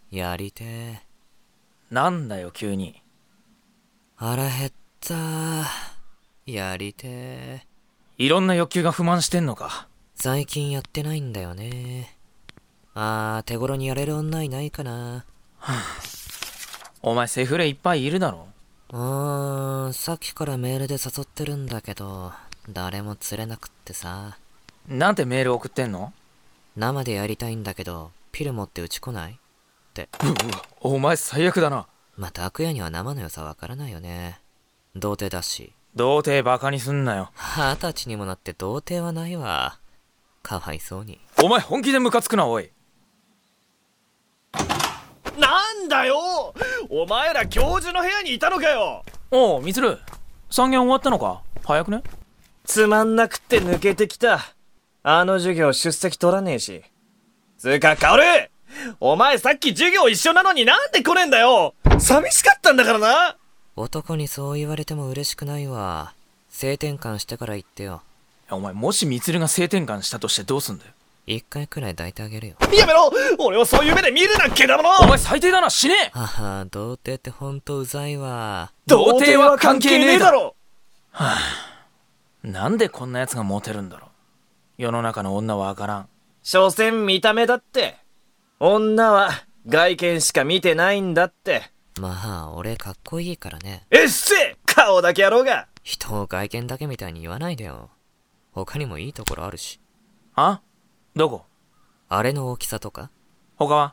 やりてえ。 なんだよ急に。 腹減ったー。やりてえ。 いろんな欲求が不満してんのか。 最近やってないんだよね。手頃にやれる女いないかな。 お前セフレいっぱいいるだろ。 さっきからメールで誘ってるんだけど、誰も釣れなくってさ。 なんてメール送ってんの？ 生でやりたいんだけど、ピル持ってうち来ないって。 お前最悪だな。 また悪夜には生の良さわからないよね。童貞だし。 童貞バカにすんなよ。 20歳にもなって童貞はないわ。かわいそうに。 お前本気でムカつくなおい。 なんだよ、お前ら教授の部屋にいたのかよ。 おうミツル、3限終わったのか。早くね？ つまんなくって抜けてきた。あの授業出席取らねえし。つうかカオル、お前さっき授業一緒なのになんで来ねえんだよ。寂しかったんだからな。 男にそう言われても嬉しくないわ。性転換してから言ってよ。 お前もしミツルが性転換したとしてどうすんだよ。 一回くらい抱いてあげるよ。 やめろ、俺をそういう目で見るな、けだもの。 お前最低だな、死ねえ。 はは、童貞ってほんとうざいわ。 童貞は関係ねえだろ。 はぁ、なんでこんな奴がモテるんだろう。世の中の女はわからん。 所詮見た目だって。女は外見しか見てないんだって。 まあ、俺かっこいいからね。 えっせ、顔だけやろうが。 人を外見だけみたいに言わないでよ。他にもいいところあるし。 あ？どこ？ あれの大きさとか？ 他は？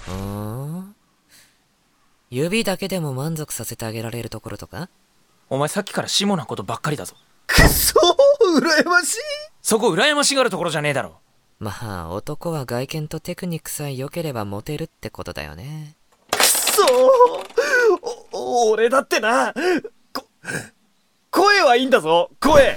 指だけでも満足させてあげられるところとか？ お前さっきから下なことばっかりだぞ。 くそー、羨ましい。 そこ羨ましがるところじゃねえだろ。 まあ、男は外見とテクニックさえ良ければモテるってことだよね。 くそー、俺だってな、声はいいんだぞ、声。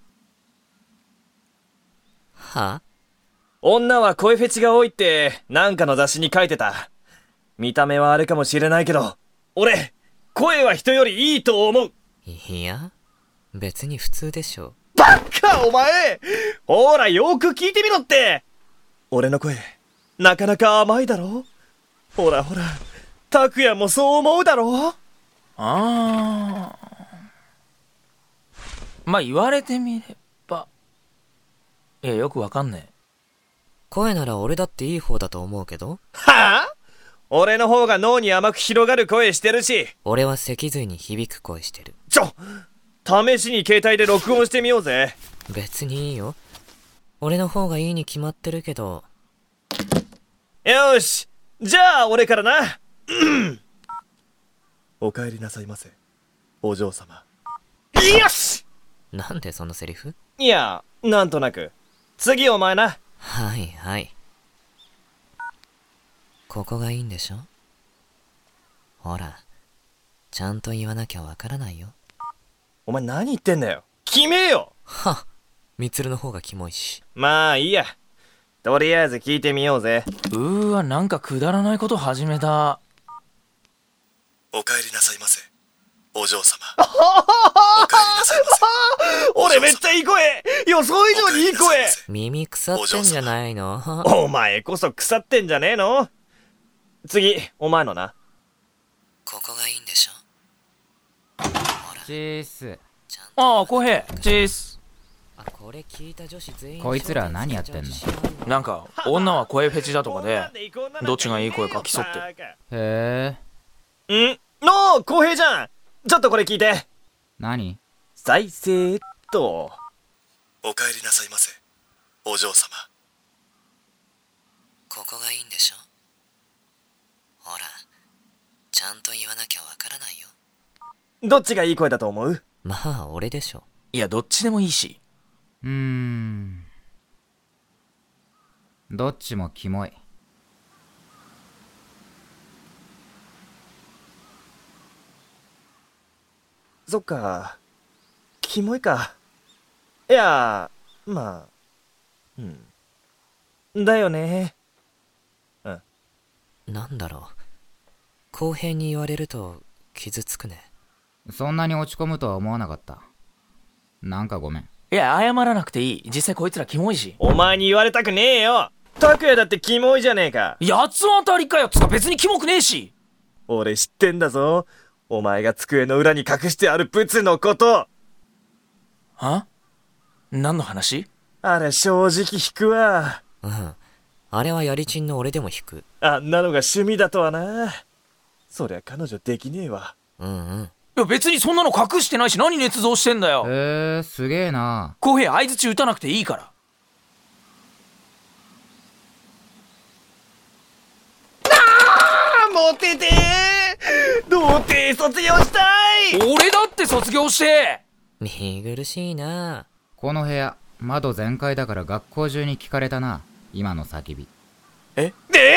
は？ 女は声フェチが多いってなんかの雑誌に書いてた。見た目はあれかもしれないけど、俺声は人よりいいと思う。 いや、別に普通でしょ。 バカお前、ほらよく聞いてみろって。俺の声なかなか甘いだろ。ほらほら、拓也もそう思うだろ。 まあ言われてみれば。いや、よくわかんねえ。 声なら俺だっていい方だと思うけど。 はぁ？俺の方が脳に甘く広がる声してるし。 俺は脊髄に響く声してる。 試しに携帯で録音してみようぜ。 別にいいよ。俺の方がいいに決まってるけど。 よし、じゃあ俺からな。お帰りなさいませ、お嬢様。よし。 なんでそのセリフ？ いや、なんとなく。次お前な。 はいはい。ここがいいんでしょ？ほら、ちゃんと言わなきゃわからないよ。 お前何言ってんだよ。決めよ。 はっ、みつるの方がキモいし。 まあいいや。とりあえず聞いてみようぜ。 なんかくだらないこと始めた。 お帰りなさいませ、お嬢様。お帰りなさいませ。 俺めっちゃいい声。予想以上にいい声。 耳腐ってんじゃないの？ お前こそ腐ってんじゃねえの？次、お前のな。 ここがいいんでしょ？ チース。 ああ、コヘイ、チース。 これ聞いた女子全員こいつら何やってんの？ なんか女は声フェチだとかで、どっちがいい声か競って。 へえ。 のー、公平じゃん。ちょっとこれ聞いて。 何？ 再生っと。 お帰りなさいませ、お嬢様。 ここがいいんでしょ？ほら、ちゃんと言わなきゃわからないよ。 どっちがいい声だと思う？ まあ、俺でしょ。 いや、どっちでもいいし。 どっちもキモい。 そっか、キモいか。いや、まあ、だよね。 なんだろう。公平に言われると傷つくね。 そんなに落ち込むとは思わなかった。なんかごめん。 いや、謝らなくていい。実際こいつらキモいし。 お前に言われたくねえよ。 拓也だってキモいじゃねえか。 八つ当たりかよ。つか別にキモくねえし。 俺知ってんだぞ。お前が机の裏に隠してあるブツのこと。 は？何の話？ あれ正直引くわ。 うん。あれはやりちんの俺でも引く。 あんなのが趣味だとはな。そりゃ彼女できねえわ。 うんうん。 いや別にそんなの隠してないし、何捏造してんだよ。 すげえな。 公平、相槌打たなくていいから。 モテてー。童貞卒業したい。 俺だって卒業して。 見苦しいな。 この部屋、窓全開だから学校中に聞かれたな。今の叫び。 で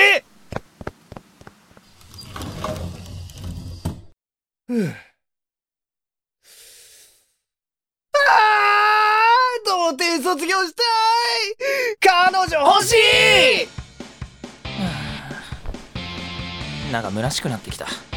童貞卒業したい。彼女欲しい。 なんか虚しくなってきた。